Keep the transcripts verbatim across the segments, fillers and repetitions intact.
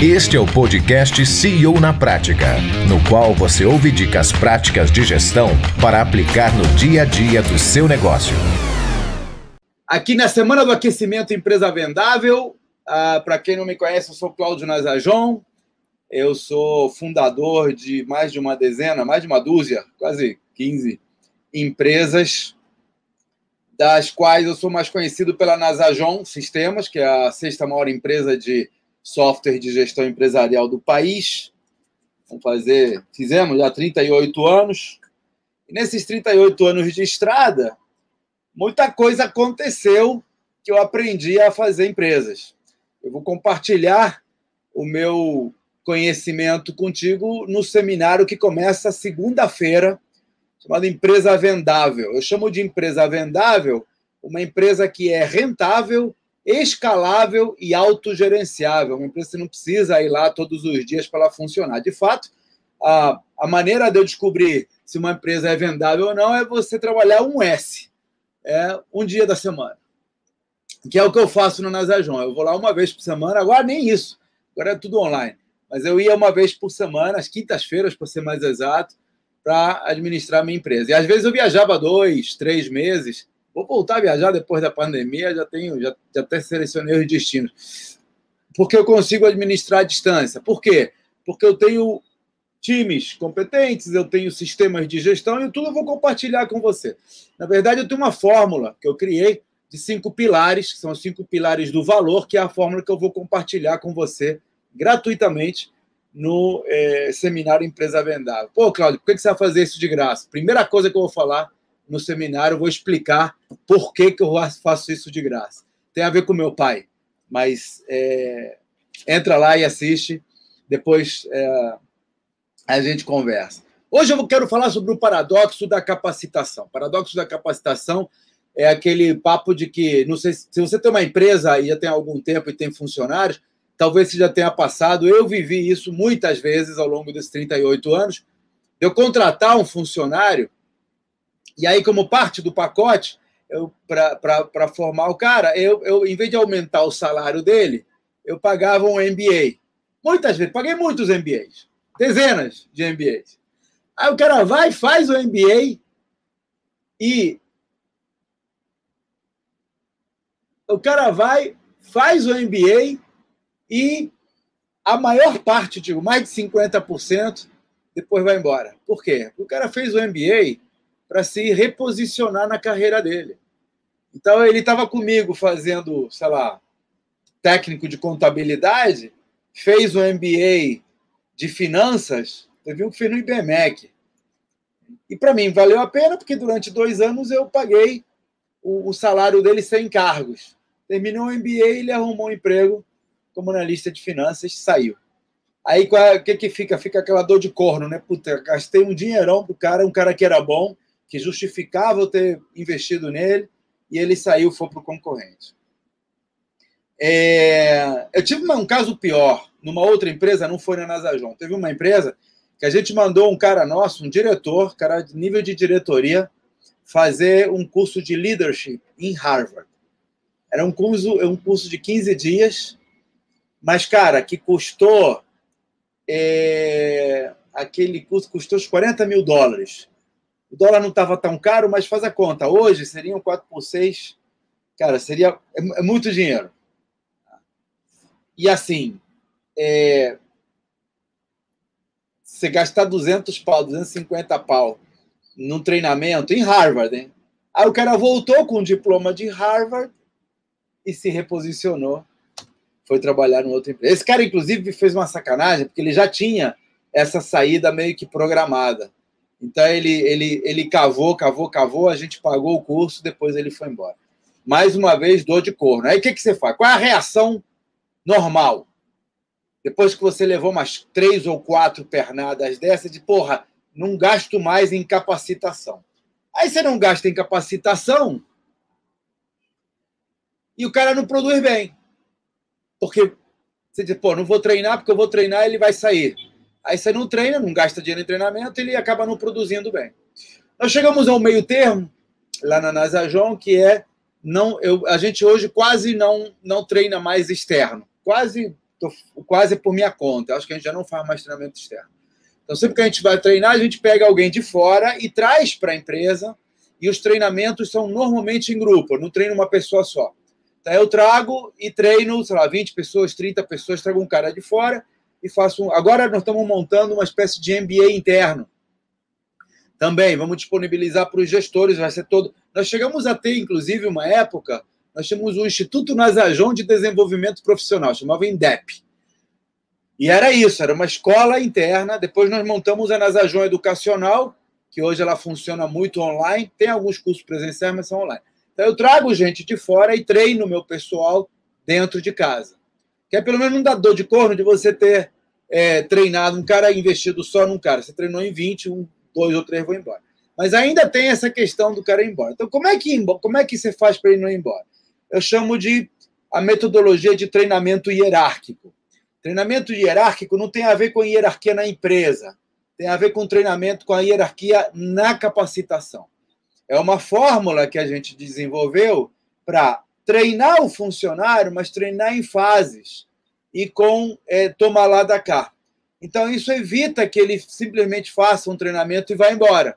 Este é o podcast C E O na Prática, no qual você ouve dicas práticas de gestão para aplicar no dia a dia do seu negócio. Aqui na Semana do Aquecimento Empresa Vendável, uh, para quem não me conhece, eu sou Cláudio Nazajon, eu sou fundador de mais de uma dezena, mais de uma dúzia, quase quinze empresas, das quais eu sou mais conhecido pela Nazajon Sistemas, que é a sexta maior empresa de software de gestão empresarial do país. Vamos fazer, fizemos já trinta e oito anos. E nesses trinta e oito anos de estrada, muita coisa aconteceu que eu aprendi a fazer empresas. Eu vou compartilhar o meu conhecimento contigo no seminário que começa segunda-feira, chamado Empresa Vendável. Eu chamo de Empresa Vendável uma empresa que é rentável, escalável e autogerenciável. Uma empresa que não precisa ir lá todos os dias para ela funcionar. De fato, a, a maneira de eu descobrir se uma empresa é vendável ou não é você trabalhar um S, é, um dia da semana, que é o que eu faço no Nazajon. Eu vou lá uma vez por semana, agora nem isso, agora é tudo online. Mas eu ia uma vez por semana, às quintas-feiras, para ser mais exato, para administrar a minha empresa. E às vezes eu viajava dois, três meses. Vou voltar a viajar depois da pandemia, já tenho, já, já até selecionei os destinos. Porque eu consigo administrar à distância. Por quê? Porque eu tenho times competentes, eu tenho sistemas de gestão e tudo eu vou compartilhar com você. Na verdade, eu tenho uma fórmula que eu criei de cinco pilares, que são os cinco pilares do valor, que é a fórmula que eu vou compartilhar com você gratuitamente no é, seminário Empresa Vendável. Pô, Cláudio, por que você vai fazer isso de graça? Primeira coisa que eu vou falar no seminário, eu vou explicar por que, que eu faço isso de graça. Tem a ver com meu pai, mas é, entra lá e assiste, depois é, a gente conversa. Hoje eu quero falar sobre o paradoxo da capacitação. O paradoxo da capacitação é aquele papo de que, não sei, se você tem uma empresa e já tem algum tempo e tem funcionários, talvez você já tenha passado, eu vivi isso muitas vezes ao longo desses trinta e oito anos, eu contratar um funcionário, e aí, como parte do pacote, para formar o cara, eu, eu, em vez de aumentar o salário dele, eu pagava um M B A. Muitas vezes, paguei muitos M B As, dezenas de M B As. Aí o cara vai, faz o M B A e... O cara vai, faz o M B A e a maior parte, digo, mais de cinquenta por cento, depois vai embora. Por quê? Porque o cara fez o M B A para se reposicionar na carreira dele. Então, ele estava comigo fazendo, sei lá, técnico de contabilidade, fez o M B A de finanças, você viu que fez no I B M E C. E, para mim, valeu a pena, porque durante dois anos eu paguei o, o salário dele sem encargos. Terminou o M B A, ele arrumou um emprego como analista de finanças e saiu. Aí, o que que fica? Fica aquela dor de corno, né? Puta, gastei um dinheirão pro cara, um cara que era bom, que justificava eu ter investido nele, e ele saiu e foi para o concorrente. É... Eu tive um caso pior, numa outra empresa, não foi na Nazajon. Teve uma empresa que a gente mandou um cara nosso, um diretor, cara de nível de diretoria, fazer um curso de leadership em Harvard. Era um curso, um curso de quinze dias, mas, cara, que custou... É... Aquele curso custou uns quarenta mil dólares. O dólar não estava tão caro, mas faz a conta. Hoje seriam quatro por seis. Cara, seria é, é muito dinheiro. E assim, é, você gastar duzentos pau, duzentos e cinquenta pau num treinamento em Harvard, hein? Aí o cara voltou com o diploma de Harvard e se reposicionou. Foi trabalhar em outra empresa. Esse cara, inclusive, fez uma sacanagem, porque ele já tinha essa saída meio que programada. Então, ele, ele, ele cavou, cavou, cavou, a gente pagou o curso, depois ele foi embora. Mais uma vez, dor de corno. Aí, o que, que você faz? Qual é a reação normal? Depois que você levou umas três ou quatro pernadas dessas, de, porra, não gasto mais em capacitação. Aí, você não gasta em capacitação e o cara não produz bem. Porque você diz, pô, não vou treinar, porque eu vou treinar e ele vai sair. Aí você não treina, não gasta dinheiro em treinamento e ele acaba não produzindo bem. Nós chegamos ao meio termo, lá na Nazajon, que é, não, eu, a gente hoje quase não, não treina mais externo. Quase tô quase por minha conta. Acho que a gente já não faz mais treinamento externo. Então, sempre que a gente vai treinar, a gente pega alguém de fora e traz para a empresa, e os treinamentos são normalmente em grupo, eu não treino uma pessoa só. Então, eu trago e treino, sei lá, vinte pessoas, trinta pessoas, trago um cara de fora e faço um... Agora nós estamos montando uma espécie de M B A interno. Também, vamos disponibilizar para os gestores, vai ser todo... Nós chegamos a ter, inclusive, uma época, nós tínhamos o Instituto Nazajon de Desenvolvimento Profissional, chamava INDEP. E era isso, era uma escola interna. Depois nós montamos a Nazajon Educacional, que hoje ela funciona muito online. Tem alguns cursos presenciais, mas são online. Então eu trago gente de fora e treino o meu pessoal dentro de casa. Que é pelo menos não dá dor de corno de você ter é, treinado um cara investido só num cara. Você treinou em vinte, um, dois ou três vão embora. Mas ainda tem essa questão do cara ir embora. Então como é que, como é que você faz para ele não ir embora? Eu chamo de a metodologia de treinamento hierárquico. Treinamento hierárquico não tem a ver com hierarquia na empresa, tem a ver com treinamento, com a hierarquia na capacitação. É uma fórmula que a gente desenvolveu para treinar o funcionário, mas treinar em fases e com é, toma lá da cá. Então, isso evita que ele simplesmente faça um treinamento e vá embora.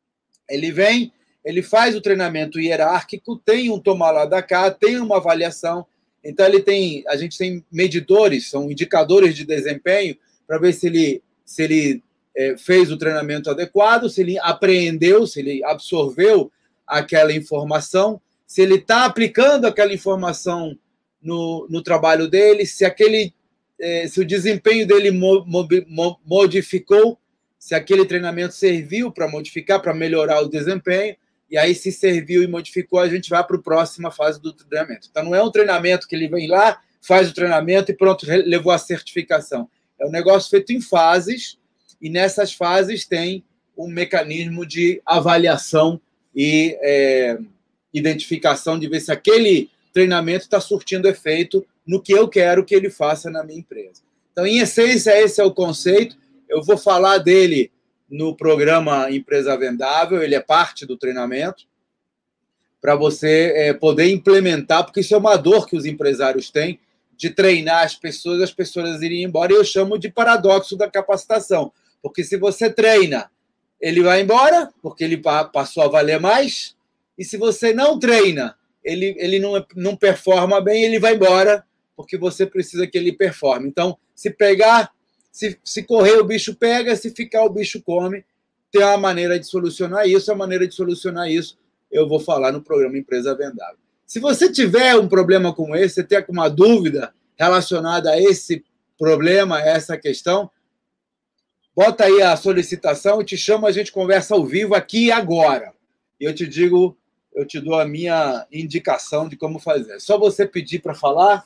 Ele vem, ele faz o treinamento hierárquico, tem um toma lá da cá, tem uma avaliação. Então, ele tem, a gente tem medidores, são indicadores de desempenho, para ver se ele, se ele é, fez o treinamento adequado, se ele apreendeu, se ele absorveu aquela informação, se ele está aplicando aquela informação no, no trabalho dele, se, aquele, é, se o desempenho dele mo, mo, modificou, se aquele treinamento serviu para modificar, para melhorar o desempenho. E aí, se serviu e modificou, a gente vai para a próxima fase do treinamento. Então, não é um treinamento que ele vem lá, faz o treinamento e pronto, levou a certificação. É um negócio feito em fases, e nessas fases tem um mecanismo de avaliação e é, identificação de ver se aquele treinamento está surtindo efeito no que eu quero que ele faça na minha empresa. Então, em essência, esse é o conceito. Eu vou falar dele no programa Empresa Vendável, ele é parte do treinamento, para você é, poder implementar, porque isso é uma dor que os empresários têm, de treinar as pessoas, as pessoas irem embora, e eu chamo de paradoxo da capacitação, porque se você treina, ele vai embora, porque ele passou a valer mais, e se você não treina, ele, ele não, não performa bem, ele vai embora, porque você precisa que ele performe. Então, se pegar... Se, se correr, o bicho pega, se ficar, o bicho come. Tem uma maneira de solucionar isso, a maneira de solucionar isso eu vou falar no programa Empresa Vendável. Se você tiver um problema como esse, você tem uma dúvida relacionada a esse problema, a essa questão, bota aí a solicitação, eu te chamo, a gente conversa ao vivo aqui e agora. E eu te digo, eu te dou a minha indicação de como fazer. É só você pedir para falar.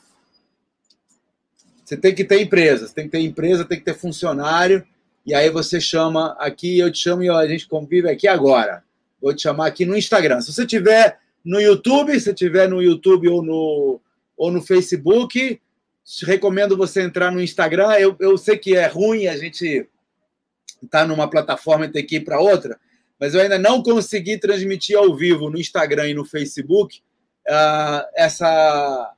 Você tem que ter empresa, você tem que ter empresa, tem que ter funcionário, e aí você chama aqui, eu te chamo e a gente convive aqui agora. Vou te chamar aqui no Instagram. Se você estiver no YouTube, se estiver no YouTube ou no, ou no Facebook, recomendo você entrar no Instagram. Eu, eu sei que é ruim a gente estar numa plataforma e ter que ir para outra, mas eu ainda não consegui transmitir ao vivo no Instagram e no Facebook uh, essa...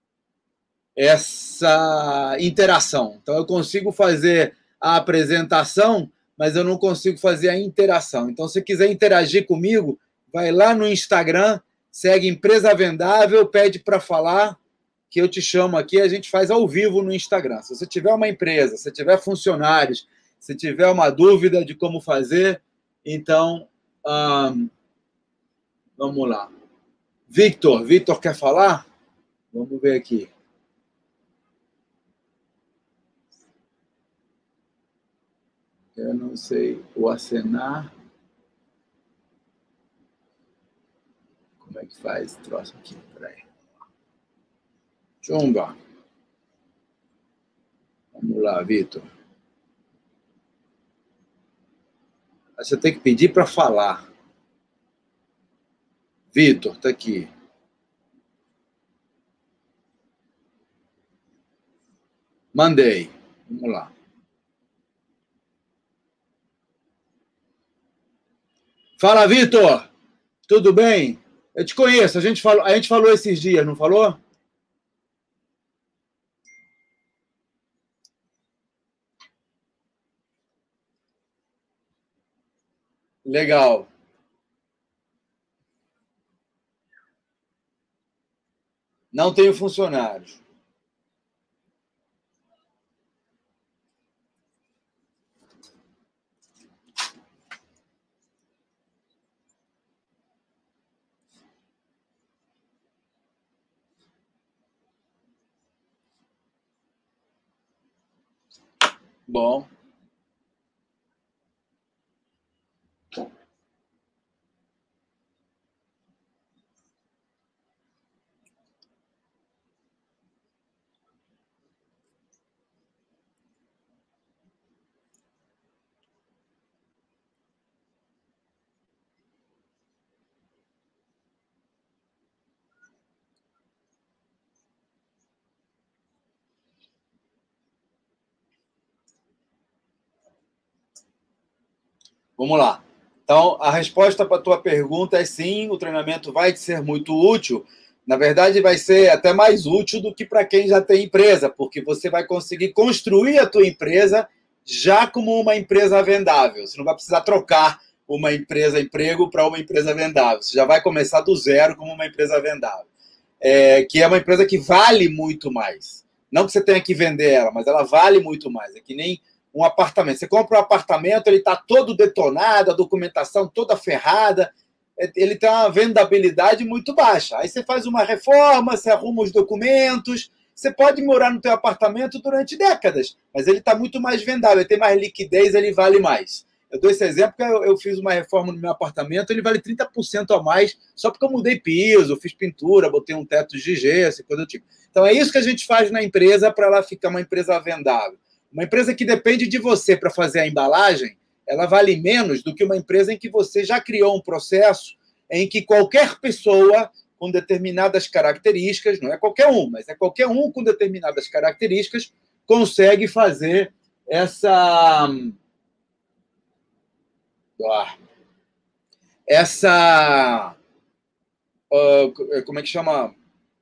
essa interação. Então, eu consigo fazer a apresentação, mas eu não consigo fazer a interação. Então, se quiser interagir comigo, vai lá no Instagram, segue Empresa Vendável, pede para falar, que eu te chamo aqui, a gente faz ao vivo no Instagram. Se você tiver uma empresa, se tiver funcionários, se tiver uma dúvida de como fazer, então, hum, vamos lá. Victor, Victor quer falar? Vamos ver aqui. Eu não sei o acenar. Como é que faz esse troço aqui? Peraí. Chumba. Vamos lá, Vitor. Você tem que pedir para falar. Vitor, está aqui. Mandei. Vamos lá. Fala, Vitor! Tudo bem? Eu te conheço, a gente falou, a gente falou esses dias, não falou? Legal. Não tenho funcionários. Bom. Vamos lá. Então, a resposta para a tua pergunta é sim, o treinamento vai te ser muito útil. Na verdade, vai ser até mais útil do que para quem já tem empresa, porque você vai conseguir construir a tua empresa já como uma empresa vendável. Você não vai precisar trocar uma empresa emprego para uma empresa vendável. Você já vai começar do zero como uma empresa vendável, é, que é uma empresa que vale muito mais. Não que você tenha que vender ela, mas ela vale muito mais. É que nem um apartamento. Você compra um apartamento, ele está todo detonado, a documentação toda ferrada, ele tem uma vendabilidade muito baixa. Aí você faz uma reforma, você arruma os documentos, você pode morar no teu apartamento durante décadas, mas ele está muito mais vendável, ele tem mais liquidez, ele vale mais. Eu dou esse exemplo porque eu, eu fiz uma reforma no meu apartamento, ele vale trinta por cento a mais, só porque eu mudei piso, fiz pintura, botei um teto de gesso, coisa do tipo. Então é isso que a gente faz na empresa para ela ficar uma empresa vendável. Uma empresa que depende de você para fazer a embalagem, ela vale menos do que uma empresa em que você já criou um processo em que qualquer pessoa com determinadas características, não é qualquer um, mas é qualquer um com determinadas características, consegue fazer essa... essa... como é que chama?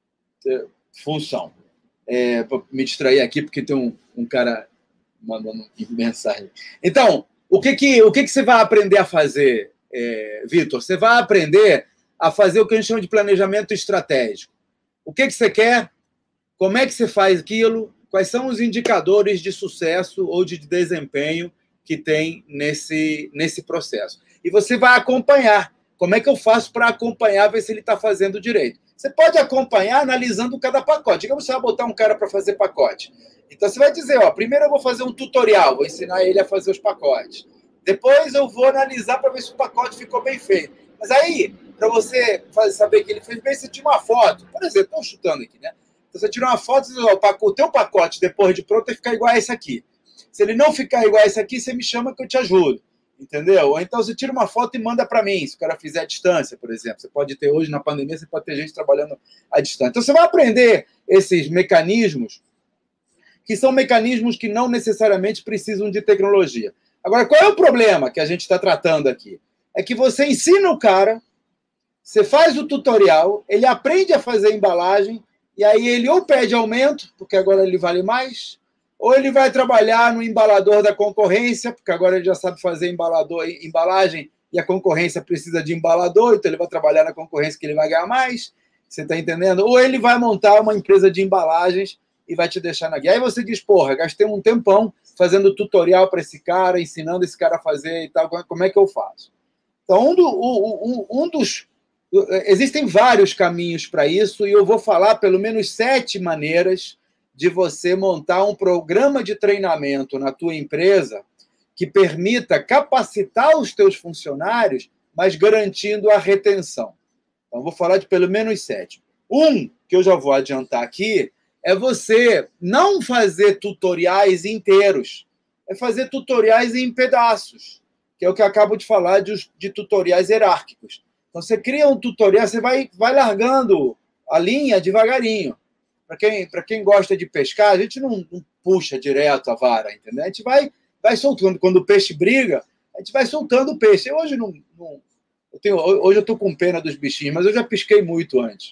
Função. É, para me distrair aqui, porque tem um, um cara mandando mensagem. Então, o que, que, o que, que você vai aprender a fazer, é, Vitor? Você vai aprender a fazer o que a gente chama de planejamento estratégico. O que, que você quer? Como é que você faz aquilo? Quais são os indicadores de sucesso ou de desempenho que tem nesse, nesse processo? E você vai acompanhar. Como é que eu faço para acompanhar, ver se ele está fazendo direito? Você pode acompanhar analisando cada pacote. Digamos que você vai botar um cara para fazer pacote. Então, você vai dizer, ó, primeiro eu vou fazer um tutorial, vou ensinar ele a fazer os pacotes. Depois eu vou analisar para ver se o pacote ficou bem feito. Mas aí, para você fazer, saber que ele fez bem, você tira uma foto. Por exemplo, estou chutando aqui, né? Então, você tira uma foto e diz, ó, o teu pacote, depois de pronto, vai ficar igual a esse aqui. Se ele não ficar igual a esse aqui, você me chama que eu te ajudo. Entendeu? Ou então você tira uma foto e manda para mim, se o cara fizer à distância, por exemplo. Você pode ter hoje, na pandemia, você pode ter gente trabalhando à distância. Então, você vai aprender esses mecanismos, que são mecanismos que não necessariamente precisam de tecnologia. Agora, qual é o problema que a gente está tratando aqui? É que você ensina o cara, você faz o tutorial, ele aprende a fazer a embalagem, e aí ele ou pede aumento, porque agora ele vale mais, ou ele vai trabalhar no embalador da concorrência, porque agora ele já sabe fazer embalador, embalagem e a concorrência precisa de embalador, então ele vai trabalhar na concorrência que ele vai ganhar mais. Você está entendendo? Ou ele vai montar uma empresa de embalagens e vai te deixar na guia. Aí você diz, porra, gastei um tempão fazendo tutorial para esse cara, ensinando esse cara a fazer e tal, como é que eu faço? Então, um, do, um, um dos... Existem vários caminhos para isso, e eu vou falar pelo menos sete maneiras de você montar um programa de treinamento na tua empresa que permita capacitar os teus funcionários, mas garantindo a retenção. Então, vou falar de pelo menos sete. Um, que eu já vou adiantar aqui, é você não fazer tutoriais inteiros, é fazer tutoriais em pedaços, que é o que eu acabo de falar de, de tutoriais hierárquicos. Então, você cria um tutorial, você vai, vai largando a linha devagarinho. Para quem, para quem gosta de pescar, a gente não, não puxa direto a vara, entendeu? A gente vai, vai soltando. Quando o peixe briga, a gente vai soltando o peixe. Eu hoje não, não eu tenho, hoje eu estou com pena dos bichinhos, mas eu já pesquei muito antes.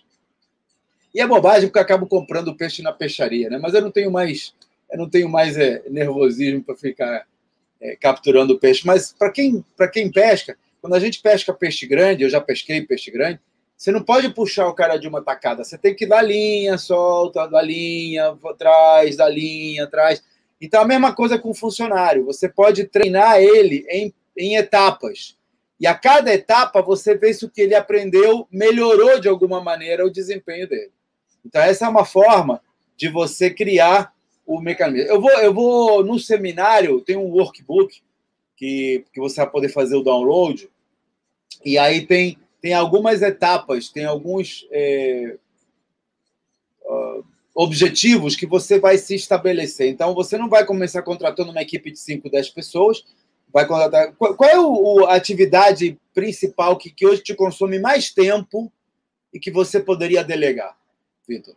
E é bobagem porque eu acabo comprando peixe na peixaria, né? Mas eu não tenho mais, eu não tenho mais é, nervosismo para ficar é, capturando peixe. Mas para quem, para quem pesca, Quando a gente pesca peixe grande, eu já pesquei peixe grande, você não pode puxar o cara de uma tacada, você tem que dar linha, solta, dar linha, atrás, dar linha, atrás. Então, a mesma coisa com o funcionário, você pode treinar ele em, em etapas. E a cada etapa, você vê se o que ele aprendeu melhorou de alguma maneira o desempenho dele. Então, essa é uma forma de você criar o mecanismo. Eu vou, eu vou no seminário, tem um workbook que, que você vai poder fazer o download, e aí tem, tem algumas etapas, tem alguns é, uh, objetivos que você vai se estabelecer. Então, você não vai começar contratando uma equipe de cinco, dez pessoas, vai contratar... Qual, qual é o, a atividade principal que, que hoje te consome mais tempo e que você poderia delegar, Vitor?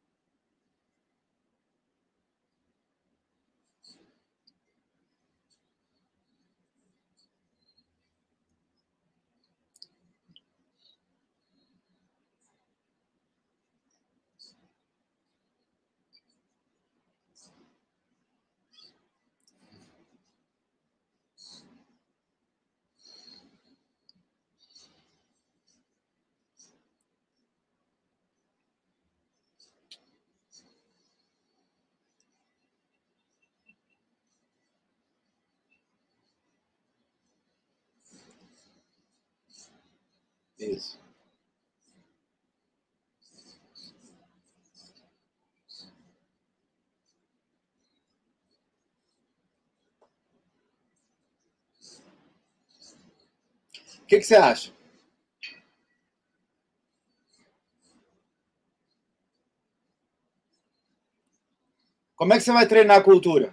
Isso. O que, que você acha? Como é que você vai treinar a cultura?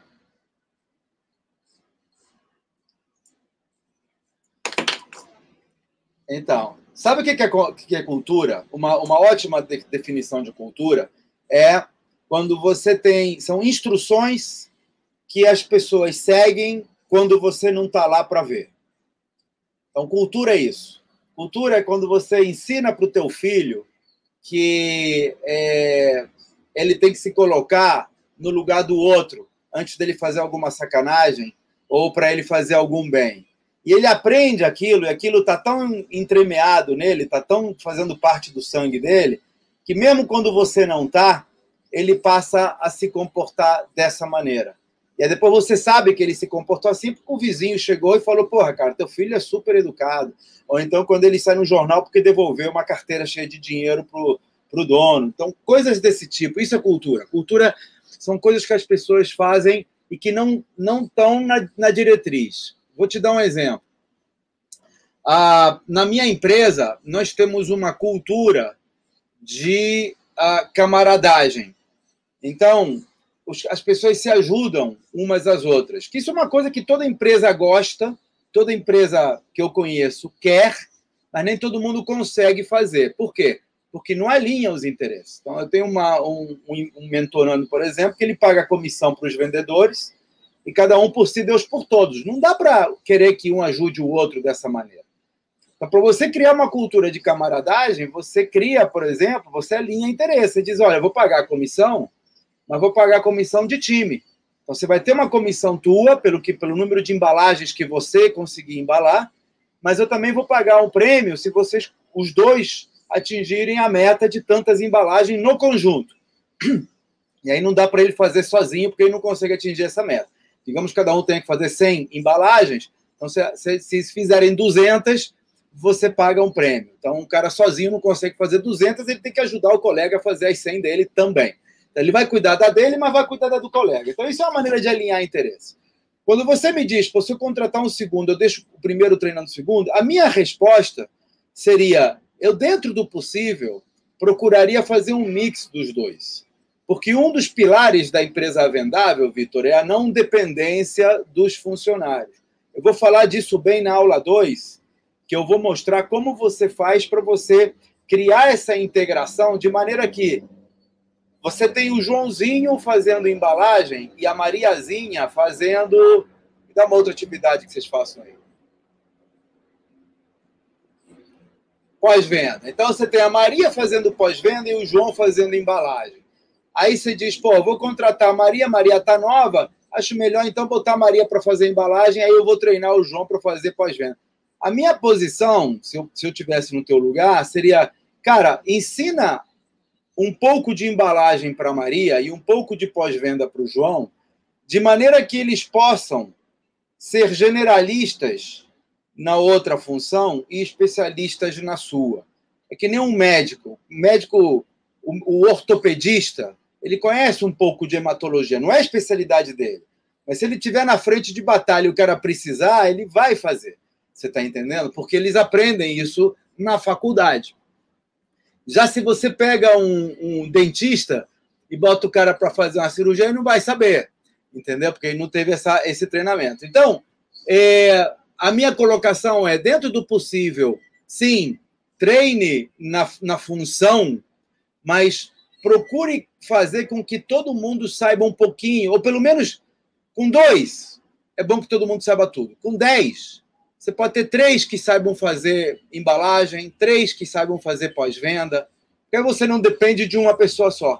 Então, sabe o que é, que é cultura? Uma, uma ótima de, definição de cultura é quando você tem... São instruções que as pessoas seguem quando você não está lá para ver. Então, cultura é isso. Cultura é quando você ensina para o teu filho que é, ele tem que se colocar no lugar do outro antes dele fazer alguma sacanagem ou para ele fazer algum bem. E ele aprende aquilo, e aquilo está tão entremeado nele, está tão fazendo parte do sangue dele, que mesmo quando você não está, ele passa a se comportar dessa maneira. E aí depois você sabe que ele se comportou assim porque o vizinho chegou e falou, porra, cara, teu filho é super educado. Ou então quando ele sai no jornal porque devolveu uma carteira cheia de dinheiro pro, pro dono. Então, coisas desse tipo. Isso é cultura. Cultura são coisas que as pessoas fazem e que não não estão na, na diretriz. Vou te dar um exemplo. Ah, na minha empresa, nós temos uma cultura de ah, camaradagem. Então, os, as pessoas se ajudam umas às outras. Que isso é uma coisa que toda empresa gosta, toda empresa que eu conheço quer, mas nem todo mundo consegue fazer. Por quê? Porque não alinha os interesses. Então, eu tenho uma, um, um mentorando, por exemplo, que ele paga comissão para os vendedores e cada um por si, Deus por todos. Não dá para querer que um ajude o outro dessa maneira. Então, para você criar uma cultura de camaradagem, você cria, por exemplo, você alinha interesse. Você diz, olha, eu vou pagar a comissão, mas vou pagar a comissão de time. Então, você vai ter uma comissão tua, pelo, que, pelo número de embalagens que você conseguir embalar, mas eu também vou pagar um prêmio se vocês, os dois, atingirem a meta de tantas embalagens no conjunto. E aí não dá para ele fazer sozinho, porque ele não consegue atingir essa meta. Digamos que cada um tem que fazer cem embalagens, então se, se, se fizerem duzentas, você paga um prêmio. Então, um cara sozinho não consegue fazer duzentas, ele tem que ajudar o colega a fazer as cem dele também. Então, ele vai cuidar da dele, mas vai cuidar da do colega. Então, isso é uma maneira de alinhar interesse. Quando você me diz, se eu contratar um segundo, eu deixo o primeiro treinando o segundo, a minha resposta seria, eu, dentro do possível, procuraria fazer um mix dos dois. Porque um dos pilares da empresa vendável, Vitor, é a não dependência dos funcionários. Eu vou falar disso bem na aula dois, que eu vou mostrar como você faz para você criar essa integração de maneira que você tem o Joãozinho fazendo embalagem e a Mariazinha fazendo... Dá uma outra atividade que vocês façam aí. Pós-venda. Então, você tem a Maria fazendo pós-venda e o João fazendo embalagem. Aí você diz, pô, eu vou contratar a Maria, a Maria está nova, acho melhor então botar a Maria para fazer embalagem, aí eu vou treinar o João para fazer pós-venda. A minha posição, se eu, se eu tivesse no teu lugar, seria, cara, ensina um pouco de embalagem para a Maria e um pouco de pós-venda para o João, de maneira que eles possam ser generalistas na outra função e especialistas na sua. É que nem um médico. O médico, o, o ortopedista, ele conhece um pouco de hematologia, não é a especialidade dele. Mas se ele estiver na frente de batalha e o cara precisar, ele vai fazer. Você está entendendo? Porque eles aprendem isso na faculdade. Já se você pega um, um dentista e bota o cara para fazer uma cirurgia, ele não vai saber, entendeu? Porque ele não teve essa, esse treinamento. Então, é, a minha colocação é, dentro do possível, sim, treine na, na função, mas procure fazer com que todo mundo saiba um pouquinho, ou pelo menos com dois, é bom que todo mundo saiba tudo. Com dez, você pode ter três que saibam fazer embalagem, três que saibam fazer pós-venda, porque aí você não depende de uma pessoa só.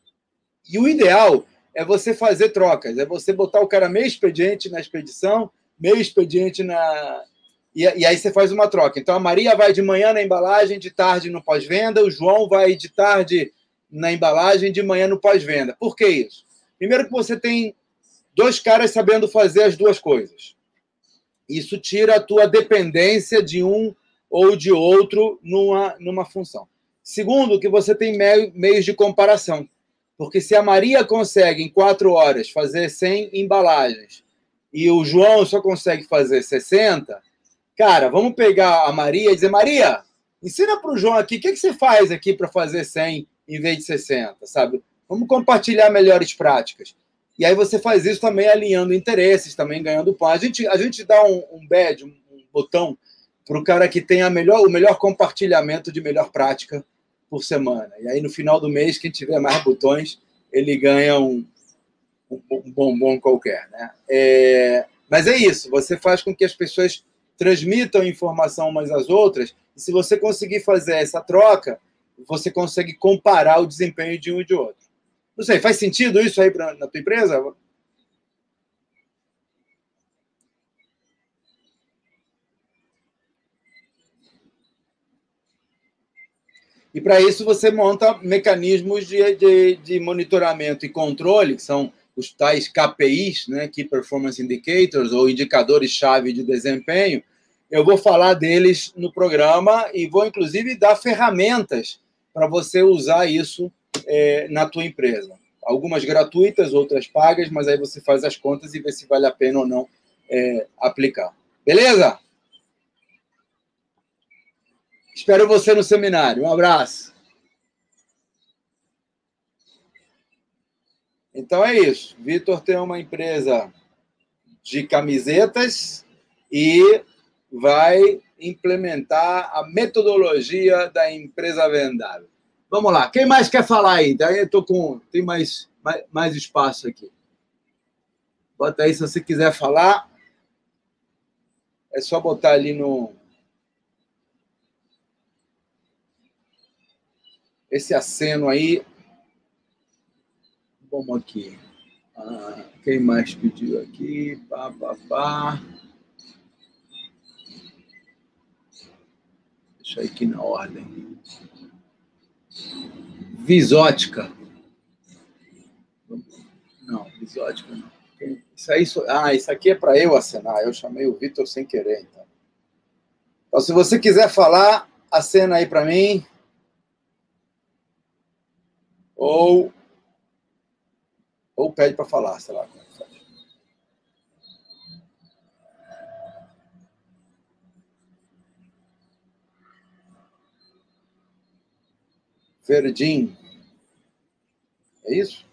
E o ideal é você fazer trocas, é você botar o cara meio expediente na expedição, meio expediente na... E, e aí você faz uma troca. Então, a Maria vai de manhã na embalagem, de tarde no pós-venda, o João vai de tarde na embalagem, de manhã no pós-venda. Por que isso? Primeiro que você tem dois caras sabendo fazer as duas coisas. Isso tira a tua dependência de um ou de outro numa, numa função. Segundo, que você tem meios de comparação. Porque se a Maria consegue, em quatro horas, fazer cem embalagens e o João só consegue fazer sessenta, cara, vamos pegar a Maria e dizer, Maria, ensina para o João aqui, o que, que você faz aqui para fazer cem em vez de sessenta, sabe? Vamos compartilhar melhores práticas. E aí você faz isso também alinhando interesses, também ganhando pão. A gente, a gente dá um, um badge, um, um botão, para o cara que tem a melhor, o melhor compartilhamento de melhor prática por semana. E aí, no final do mês, quem tiver mais botões, ele ganha um, um, um bombom qualquer, né? É, mas é isso, você faz com que as pessoas transmitam informação umas às outras, e se você conseguir fazer essa troca, você consegue comparar o desempenho de um e de outro. Não sei, faz sentido isso aí pra, na tua empresa? E para isso você monta mecanismos de, de, de monitoramento e controle, que são os tais K P Is, né, Key Performance Indicators, ou indicadores-chave de desempenho. Eu vou falar deles no programa e vou, inclusive, dar ferramentas para você usar isso é, na tua empresa. Algumas gratuitas, outras pagas, mas aí você faz as contas e vê se vale a pena ou não é, aplicar. Beleza? Espero você no seminário. Um abraço. Então é isso. Vitor tem uma empresa de camisetas e vai implementar a metodologia da empresa vendável. Vamos lá. Quem mais quer falar aí? Daí eu tô com... Tem mais, mais, mais espaço aqui. Bota aí se você quiser falar. É só botar ali no... Esse aceno aí. Vamos aqui. Ah, quem mais pediu aqui? Pá, pá, pá. Deixa eu ir aqui na ordem. Visótica. Não, visótica não. Isso aí, ah, isso aqui é para eu acenar. Eu chamei o Vitor sem querer, então. Então, se você quiser falar, acena aí para mim. Ou, ou pede para falar, sei lá como é que faz. Verdinho. É isso?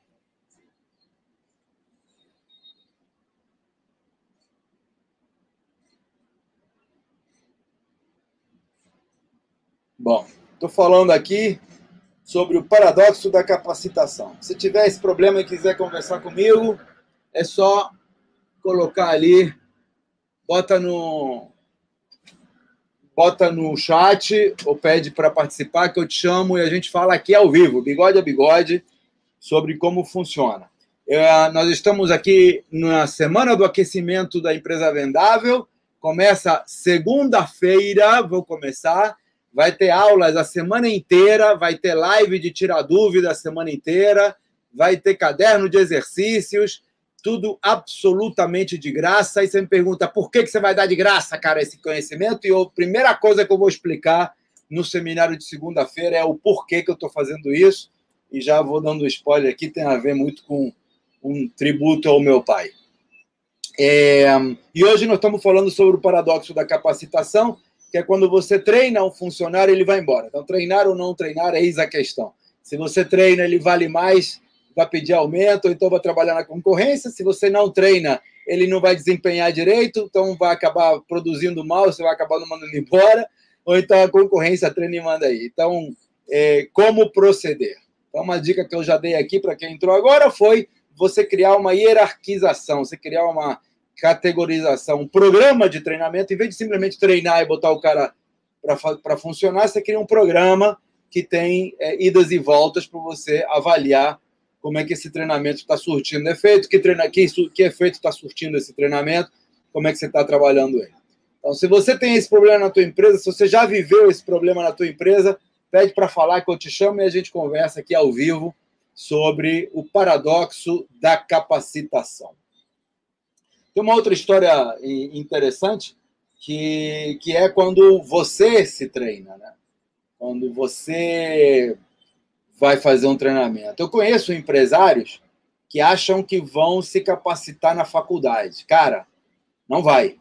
Bom, estou falando aqui sobre o paradoxo da capacitação. Se tiver esse problema e quiser conversar comigo, é só colocar ali, bota no, bota no chat ou pede para participar que eu te chamo e a gente fala aqui ao vivo, bigode a bigode, sobre como funciona. É, nós estamos aqui na semana do aquecimento da empresa vendável Começa segunda-feira, vou começar. Vai ter aulas a semana inteira, vai ter live de tirar dúvida a semana inteira, vai ter caderno de exercícios, tudo absolutamente de graça. Aí você me pergunta, por que você vai dar de graça, cara, esse conhecimento? E a primeira coisa que eu vou explicar no seminário de segunda-feira é o porquê que eu estou fazendo isso. E já vou dando spoiler aqui, tem a ver muito com um tributo ao meu pai. É, e hoje nós estamos falando sobre o paradoxo da capacitação, que é quando você treina um funcionário, ele vai embora. Então, treinar ou não treinar, eis a questão. Se você treina, ele vale mais, vai pedir aumento, ou então vai trabalhar na concorrência. Se você não treina, ele não vai desempenhar direito, então vai acabar produzindo mal, você vai acabar não mandando embora, ou então a concorrência treina e manda aí. Então, é, como proceder? Então, uma dica que eu já dei aqui para quem entrou agora foi você criar uma hierarquização, você criar uma categorização, um programa de treinamento, em vez de simplesmente treinar e botar o cara para funcionar, você cria um programa que tem é, idas e voltas para você avaliar como é que esse treinamento está surtindo efeito, que, treina, que, que efeito está surtindo esse treinamento, como é que você está trabalhando ele. Então, se você tem esse problema na tua empresa, se você já viveu esse problema na tua empresa, pede para falar que eu te chamo e a gente conversa aqui ao vivo sobre o paradoxo da capacitação. Tem uma outra história interessante, que, que é quando você se treina, né? Quando você vai fazer um treinamento. Eu conheço empresários que acham que vão se capacitar na faculdade. Cara, não vai.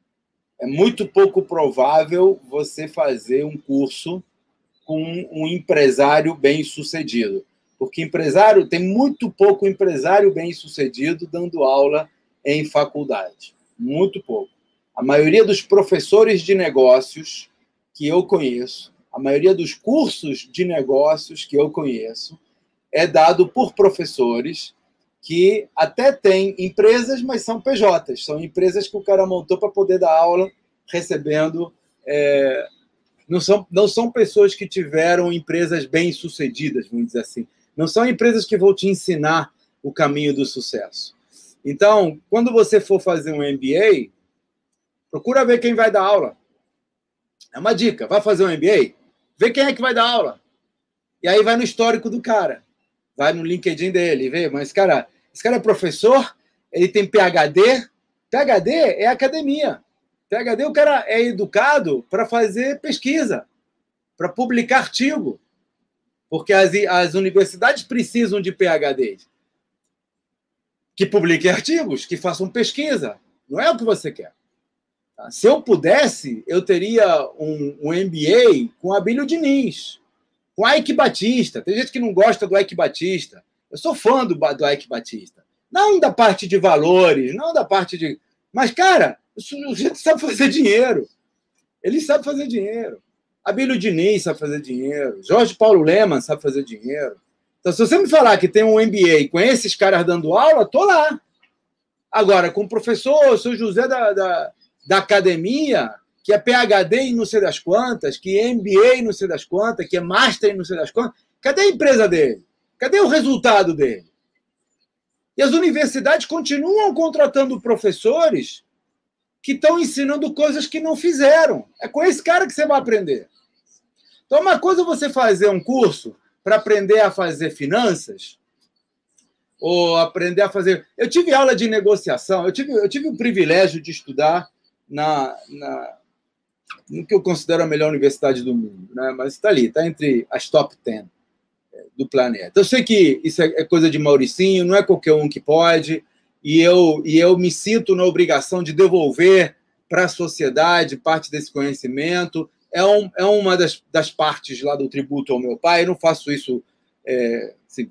É muito pouco provável você fazer um curso com um empresário bem-sucedido. Porque empresário, tem muito pouco empresário bem-sucedido dando aula em faculdade. Muito pouco. A maioria dos professores de negócios que eu conheço, a maioria dos cursos de negócios que eu conheço, é dado por professores que até têm empresas, mas são P Js. São empresas que o cara montou para poder dar aula, recebendo... É, não, são, não são pessoas que tiveram empresas bem-sucedidas, vamos dizer assim. Não são empresas que vão te ensinar o caminho do sucesso. Então, quando você for fazer um M B A, procura ver quem vai dar aula. É uma dica. Vai fazer um M B A? Vê quem é que vai dar aula. E aí vai no histórico do cara. Vai no LinkedIn dele, vê. Mas, cara, esse cara é professor, ele tem P H D. P H D é academia. P H D, o cara é educado para fazer pesquisa, para publicar artigo. Porque as, as universidades precisam de P H Ds. Que publiquem artigos, que façam pesquisa. Não é o que você quer. Se eu pudesse, eu teria um, um M B A com Abílio Diniz, com Ike Batista. Tem gente que não gosta do Ike Batista. Eu sou fã do, do Ike Batista. Não da parte de valores, não da parte de... Mas, cara, o gente sabe fazer dinheiro. Ele sabe fazer dinheiro. Abílio Diniz sabe fazer dinheiro. Jorge Paulo Lemann sabe fazer dinheiro. Então, se você me falar que tem um M B A com esses caras dando aula, tô lá. Agora, com o professor, eu sou José da, da, da academia, que é P H D em não sei das quantas, que é M B A em não sei das quantas, que é Master em não sei das quantas. Cadê a empresa dele? Cadê o resultado dele? E as universidades continuam contratando professores que estão ensinando coisas que não fizeram. É com esse cara que você vai aprender. Então, uma coisa é você fazer um curso para aprender a fazer finanças, ou aprender a fazer... Eu tive aula de negociação, eu tive, eu tive o privilégio de estudar na, na, no que eu considero a melhor universidade do mundo, né? Mas está ali, está entre as top dez do planeta. Eu sei que isso é coisa de Mauricinho, não é qualquer um que pode, e eu, e eu me sinto na obrigação de devolver para a sociedade parte desse conhecimento. É, um, é uma das, das partes lá do tributo ao meu pai. Eu não faço isso... É, assim,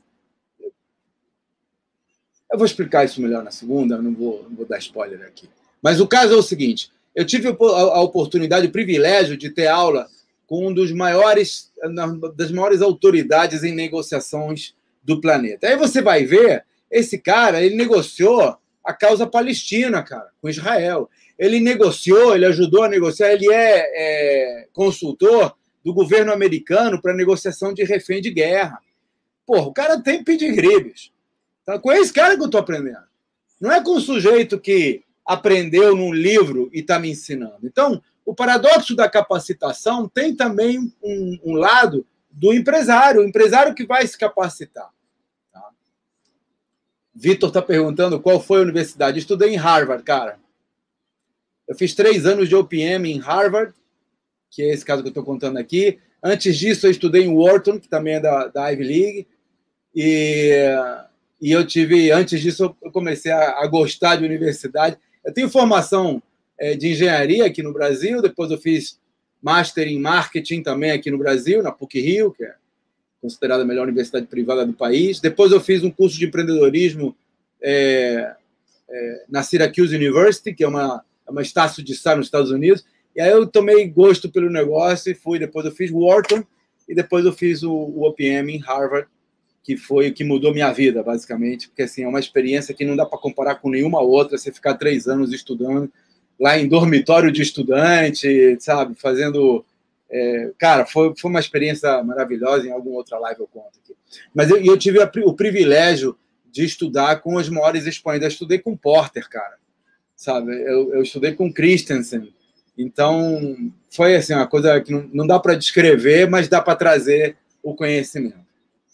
eu vou explicar isso melhor na segunda, não vou, não vou dar spoiler aqui. Mas o caso é o seguinte, eu tive a oportunidade, o privilégio de ter aula com um dos maiores, das maiores autoridades em negociações do planeta. Aí você vai ver, esse cara, ele negociou a causa palestina, cara, com Israel. Ele negociou, ele ajudou a negociar, ele é, é consultor do governo americano para negociação de refém de guerra. Porra, o cara tem pedigree, bicho. Então, com esse cara que eu estou aprendendo. Não é com um sujeito que aprendeu num livro e está me ensinando. Então, o paradoxo da capacitação tem também um, um lado do empresário, o empresário que vai se capacitar. Tá? Vitor está perguntando qual foi a universidade. Estudei em Harvard, cara. Eu fiz três anos de O P M em Harvard, que é esse caso que eu estou contando aqui. Antes disso, eu estudei em Wharton, que também é da, da Ivy League. E, e eu tive, antes disso, eu comecei a, a gostar de universidade. Eu tenho formação é, de engenharia aqui no Brasil, depois eu fiz Master em Marketing também aqui no Brasil, na PUC-Rio, que é considerada a melhor universidade privada do país. Depois eu fiz um curso de empreendedorismo é, é, na Syracuse University, que é uma, é uma Estácio de Sá nos Estados Unidos. E aí eu tomei gosto pelo negócio e fui. Depois eu fiz Wharton e depois eu fiz o, o O P M em Harvard, que foi o que mudou minha vida, basicamente, porque assim, é uma experiência que não dá para comparar com nenhuma outra, você ficar três anos estudando lá em dormitório de estudante, sabe, fazendo... É, cara, foi, foi uma experiência maravilhosa, em alguma outra live eu conto aqui. Mas eu, eu tive a, o privilégio de estudar com os maiores expoentes. Eu estudei com Porter, cara, sabe, eu, eu estudei com Christensen. Então, foi assim, uma coisa que não, não dá para descrever, mas dá para trazer o conhecimento.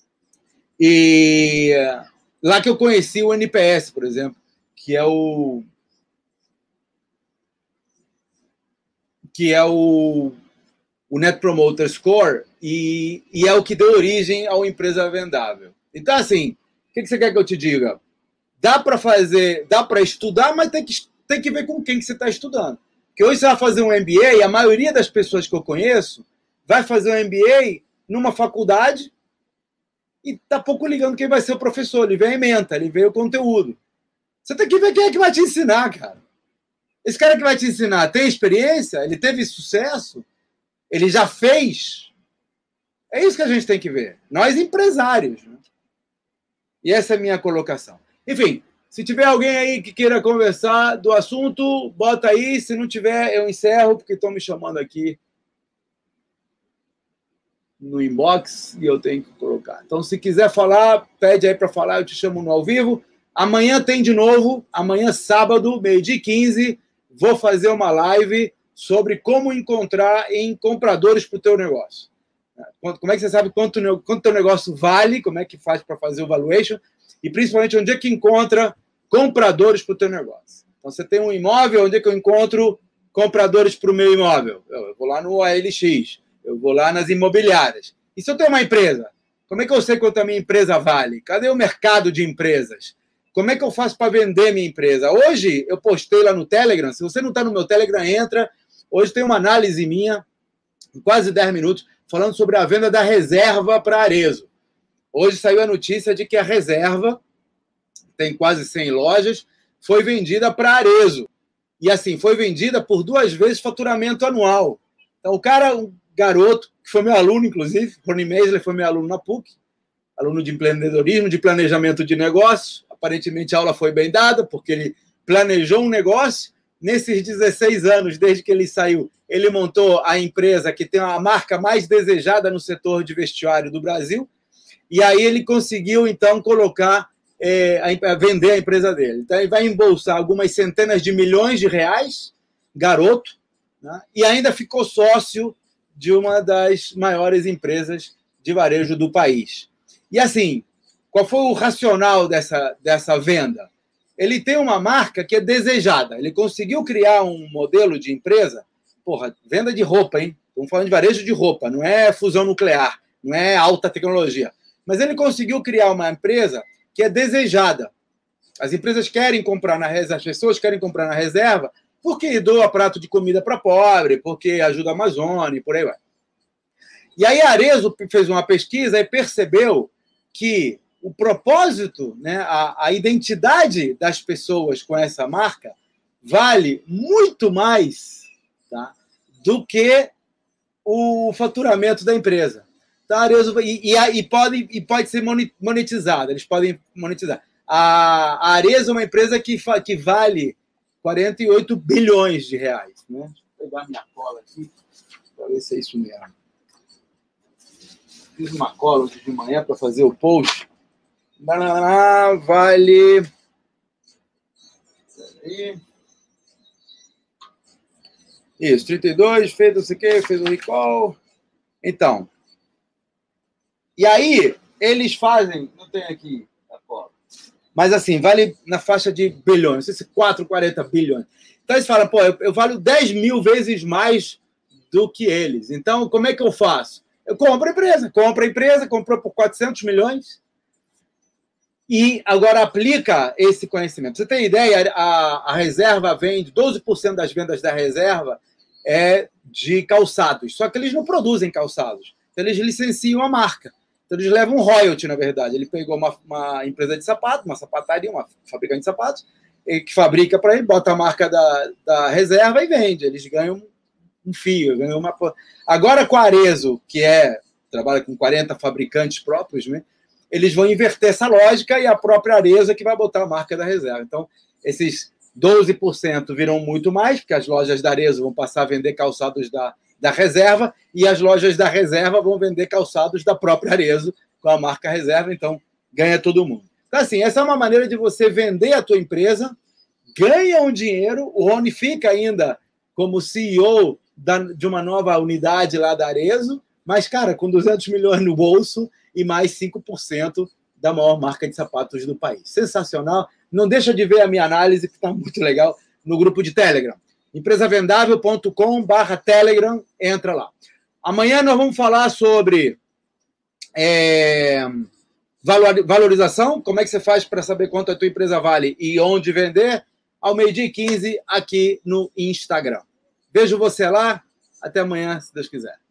E lá que eu conheci o N P S, por exemplo, que é o que é o, o Net Promoter Score e, e é o que deu origem ao Empresa Vendável. Então, assim, o que você quer que eu te diga? Dá para fazer, dá para estudar, mas tem que, tem que ver com quem que você está estudando. Porque hoje você vai fazer um M B A e a maioria das pessoas que eu conheço vai fazer um M B A numa faculdade e tá pouco ligando quem vai ser o professor. Ele vê a ementa, ele vê o conteúdo. Você tem que ver quem é que vai te ensinar, cara. Esse cara que vai te ensinar tem experiência? Ele teve sucesso? Ele já fez? É isso que a gente tem que ver. Nós, empresários. Né? E essa é a minha colocação. Enfim, se tiver alguém aí que queira conversar do assunto, bota aí. Se não tiver, eu encerro, porque estão me chamando aqui no inbox e eu tenho que colocar. Então, se quiser falar, pede aí para falar, eu te chamo no ao vivo. Amanhã tem de novo, amanhã sábado, meio-dia e quinze, vou fazer uma live sobre como encontrar em compradores para o teu negócio. Como é que você sabe quanto o teu negócio vale, como é que faz para fazer o valuation e principalmente onde é que encontra compradores para o teu negócio. Então, você tem um imóvel, onde é que eu encontro compradores para o meu imóvel? Eu vou lá no O L X. Eu vou lá nas imobiliárias. E se eu tenho uma empresa? Como é que eu sei quanto a minha empresa vale? Cadê o mercado de empresas? Como é que eu faço para vender minha empresa? Hoje, eu postei lá no Telegram. Se você não está no meu Telegram, entra. Hoje tem uma análise minha, em quase dez minutos, falando sobre a venda da reserva para Arezzo. Hoje saiu a notícia de que a reserva, tem quase cem lojas, foi vendida para Arezzo. E assim, foi vendida por duas vezes faturamento anual. Então, o cara... Um garoto, que foi meu aluno, inclusive, Rony Meisler foi meu aluno na PUC, aluno de empreendedorismo, de planejamento de negócio. Aparentemente, a aula foi bem dada, porque ele planejou um negócio. Nesses dezesseis anos, desde que ele saiu, ele montou a empresa que tem a marca mais desejada no setor de vestuário do Brasil. E aí ele conseguiu, então, colocar, é, a, a vender a empresa dele. Então, ele vai embolsar algumas centenas de milhões de reais, garoto, né? E ainda ficou sócio de uma das maiores empresas de varejo do país. E assim, qual foi o racional dessa, dessa venda? Ele tem uma marca que é desejada. Ele conseguiu criar um modelo de empresa, porra, venda de roupa, hein? Estamos falando de varejo de roupa, não é fusão nuclear, não é alta tecnologia. Mas ele conseguiu criar uma empresa que é desejada. As empresas querem comprar na reserva, as pessoas querem comprar na reserva, porque doa prato de comida para pobre, porque ajuda a Amazônia e por aí vai. E aí a Arezzo fez uma pesquisa e percebeu que o propósito, né, a, a identidade das pessoas com essa marca vale muito mais, tá, do que o faturamento da empresa. Então, a Arezzo, e, e, e, pode, e pode ser monetizada, eles podem monetizar. A, a Arezzo é uma empresa que, que vale quarenta e oito bilhões de reais. Né? Deixa eu pegar minha cola aqui para ver se é isso mesmo. Fiz uma cola hoje de manhã para fazer o post. Vale... Isso, trinta e dois, fez não sei o quê, fez o recall. Então. E aí, eles fazem... Não tem aqui a foto. Mas assim, vale na faixa de bilhões. Não sei se quatro, quarenta bilhões. Então eles falam, pô, eu, eu valho dez mil vezes mais do que eles. Então, como é que eu faço? Eu compro a empresa. Compro a empresa, comprou por quatrocentos milhões. E agora aplica esse conhecimento. Você tem ideia? A, a reserva vende, doze por cento das vendas da reserva é de calçados. Só que eles não produzem calçados. Então, eles licenciam a marca. Então, eles levam um royalty, na verdade. Ele pegou uma, uma empresa de sapato, uma sapataria, uma fabricante de sapatos, que fabrica para ele, bota a marca da, da reserva e vende. Eles ganham um fio, ganham uma... Agora, com a Arezzo, que é, trabalha com quarenta fabricantes próprios, né? Eles vão inverter essa lógica e a própria Arezzo é que vai botar a marca da reserva. Então, esses doze por cento viram muito mais, porque as lojas da Arezzo vão passar a vender calçados da, da reserva e as lojas da reserva vão vender calçados da própria Arezzo com a marca reserva, então ganha todo mundo. Então, assim, essa é uma maneira de você vender a tua empresa, ganha um dinheiro, o Rony fica ainda como C E O da, de uma nova unidade lá da Arezzo, mas, cara, com duzentos milhões no bolso e mais cinco por cento da maior marca de sapatos do país. Sensacional. Não deixa de ver a minha análise, que está muito legal, no grupo de Telegram. empresa vendável ponto com barra Telegram, entra lá. Amanhã nós vamos falar sobre é, valorização, como é que você faz para saber quanto a tua empresa vale e onde vender, ao meio-dia e quinze aqui no Instagram. Vejo você lá. Até amanhã, se Deus quiser.